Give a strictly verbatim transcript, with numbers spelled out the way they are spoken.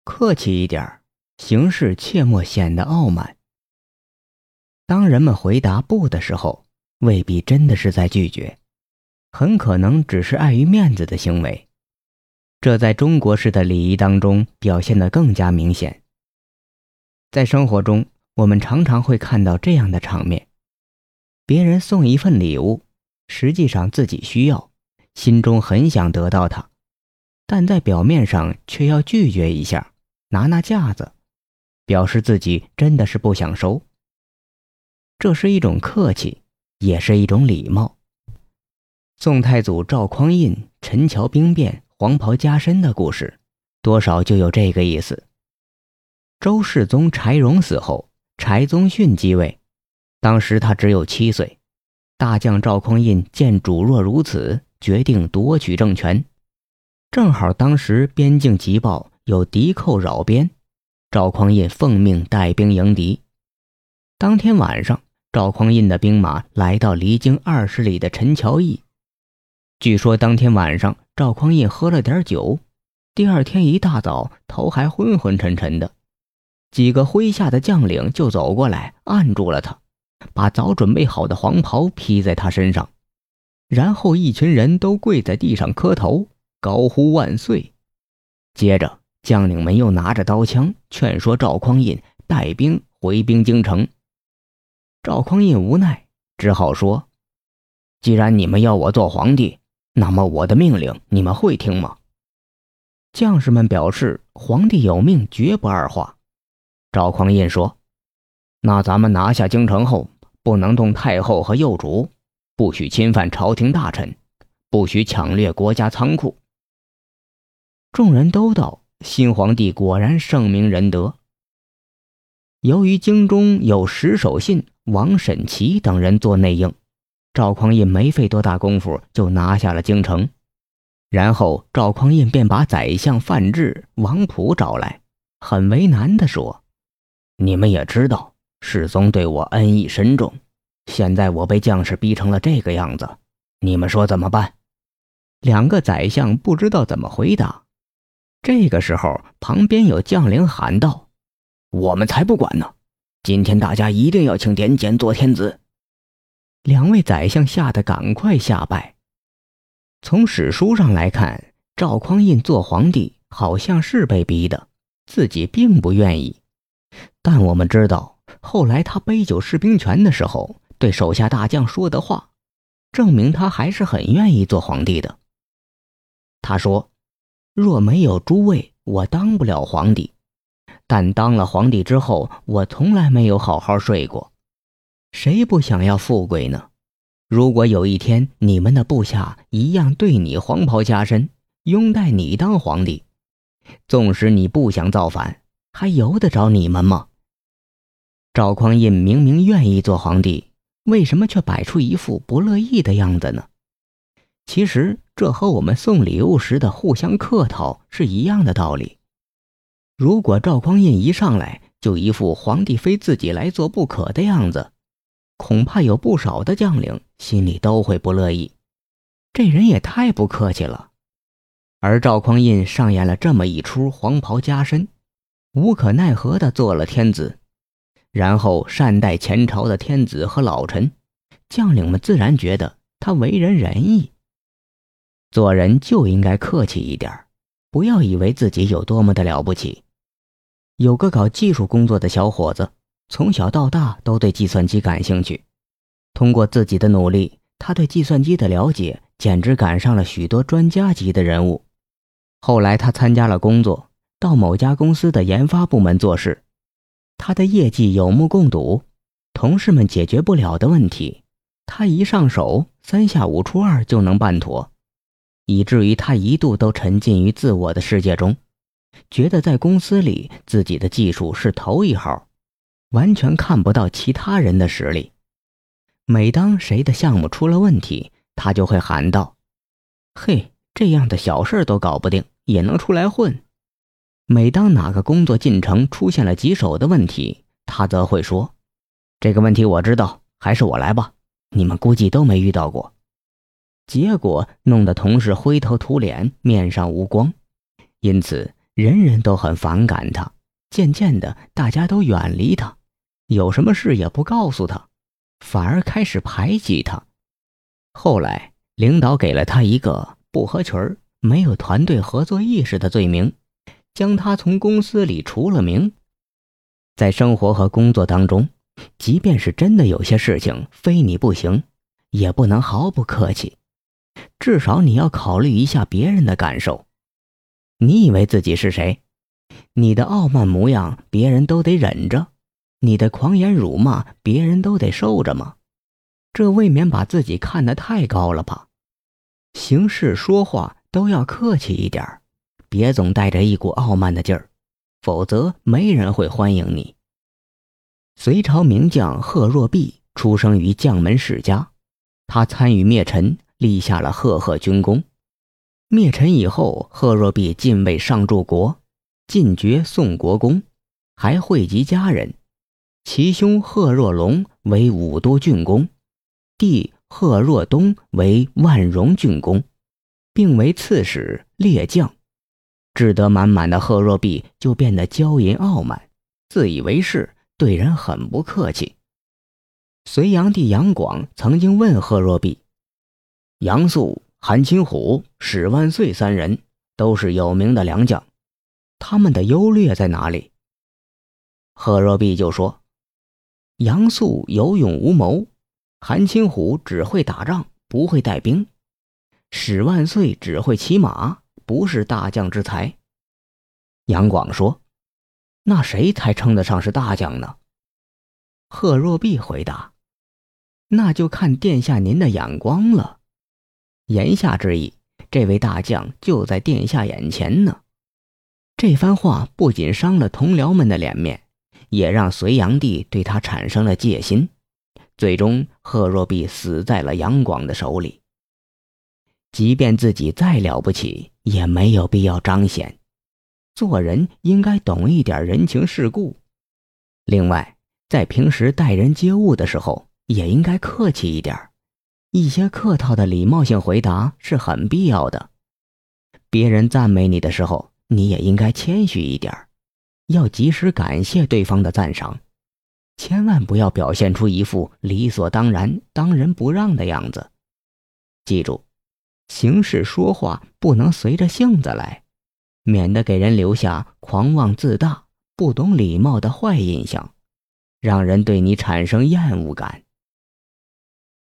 客气一点，行事切莫显得傲慢。当人们回答不的时候，未必真的是在拒绝，很可能只是碍于面子的行为。这在中国式的礼仪当中表现得更加明显。在生活中，我们常常会看到这样的场面：别人送一份礼物，实际上自己需要，心中很想得到它，但在表面上却要拒绝一下，拿拿架子，表示自己真的是不想收。这是一种客气，也是一种礼貌。宋太祖赵匡胤陈桥兵变黄袍加身的故事，多少就有这个意思。周世宗柴荣死后，柴宗训继位，当时他只有七岁。大将赵匡胤见主弱如此，决定夺取政权。正好当时边境急报有敌寇扰边，赵匡胤奉命带兵迎敌。当天晚上，赵匡胤的兵马来到离京二十里的陈桥驿。据说当天晚上赵匡胤喝了点酒，第二天一大早头还昏昏沉沉的。几个麾下的将领就走过来按住了他，把早准备好的黄袍披在他身上，然后一群人都跪在地上磕头，高呼万岁。接着将领们又拿着刀枪劝说赵匡胤带兵回兵京城。赵匡胤无奈，只好说：既然你们要我做皇帝，那么我的命令你们会听吗？将士们表示皇帝有命，绝不二话。赵匡胤说：那咱们拿下京城后，不能动太后和幼主，不许侵犯朝廷大臣，不许抢掠国家仓库。众人都道新皇帝果然圣明仁德。由于京中有石守信、王审琦等人做内应，赵匡胤没费多大功夫就拿下了京城。然后赵匡胤便把宰相范质、王溥找来，很为难地说：你们也知道世宗对我恩义深重，现在我被将士逼成了这个样子，你们说怎么办？两个宰相不知道怎么回答。这个时候旁边有将领喊道：我们才不管呢，今天大家一定要请典检做天子。两位宰相吓得赶快下拜。从史书上来看，赵匡胤做皇帝好像是被逼的，自己并不愿意。但我们知道，后来他杯酒释兵权的时候，对手下大将说的话，证明他还是很愿意做皇帝的。他说：若没有诸位，我当不了皇帝。但当了皇帝之后，我从来没有好好睡过。谁不想要富贵呢？如果有一天你们的部下一样对你黄袍加身，拥戴你当皇帝，纵使你不想造反，还由得着你们吗？赵匡胤明明愿意做皇帝，为什么却摆出一副不乐意的样子呢？其实这和我们送礼物时的互相客套是一样的道理。如果赵匡胤一上来就一副皇帝非自己来做不可的样子，恐怕有不少的将领心里都会不乐意，这人也太不客气了。而赵匡胤上演了这么一出黄袍加身，无可奈何地做了天子，然后善待前朝的天子和老臣，将领们自然觉得他为人仁义。做人就应该客气一点，不要以为自己有多么的了不起。有个搞技术工作的小伙子，从小到大都对计算机感兴趣。通过自己的努力，他对计算机的了解简直赶上了许多专家级的人物。后来他参加了工作，到某家公司的研发部门做事。他的业绩有目共睹，同事们解决不了的问题，他一上手，三下五除二就能办妥，以至于他一度都沉浸于自我的世界中，觉得在公司里自己的技术是头一号，完全看不到其他人的实力。每当谁的项目出了问题，他就会喊道：嘿，这样的小事都搞不定，也能出来混。每当哪个工作进程出现了棘手的问题，他则会说：这个问题我知道，还是我来吧，你们估计都没遇到过。结果弄得同事灰头土脸，面上无光。因此人人都很反感他，渐渐的大家都远离他，有什么事也不告诉他，反而开始排挤他。后来领导给了他一个不合群儿、没有团队合作意识的罪名，将他从公司里除了名。在生活和工作当中，即便是真的有些事情非你不行，也不能毫不客气，至少你要考虑一下别人的感受。你以为自己是谁？你的傲慢模样别人都得忍着，你的狂言辱骂别人都得受着吗？这未免把自己看得太高了吧。行事说话都要客气一点，别总带着一股傲慢的劲儿，否则没人会欢迎你。隋朝名将贺若弼出生于将门世家，他参与灭陈，立下了赫赫军功。灭陈以后，贺若弼进位上柱国，进爵宋国公，还惠及家人。其兄贺若龙为武都郡公，弟贺若东为万荣郡公，并为刺史列将。志得满满的贺若弼就变得骄淫傲慢，自以为是，对人很不客气。隋炀帝杨广曾经问贺若弼：杨素、韩擒虎、史万岁三人都是有名的良将，他们的优劣在哪里？贺若弼就说：杨素有勇无谋，韩擒虎只会打仗，不会带兵，史万岁只会骑马，不是大将之才。杨广说：那谁才称得上是大将呢？贺若弼回答：那就看殿下您的眼光了。言下之意，这位大将就在殿下眼前呢。这番话不仅伤了同僚们的脸面，也让隋炀帝对他产生了戒心。最终贺若弼死在了杨广的手里。即便自己再了不起，也没有必要彰显。做人应该懂一点人情世故。另外，在平时待人接物的时候，也应该客气一点。一些客套的礼貌性回答是很必要的。别人赞美你的时候，你也应该谦虚一点，要及时感谢对方的赞赏，千万不要表现出一副理所当然、当仁不让的样子。记住，行事说话不能随着性子来，免得给人留下狂妄自大、不懂礼貌的坏印象，让人对你产生厌恶感。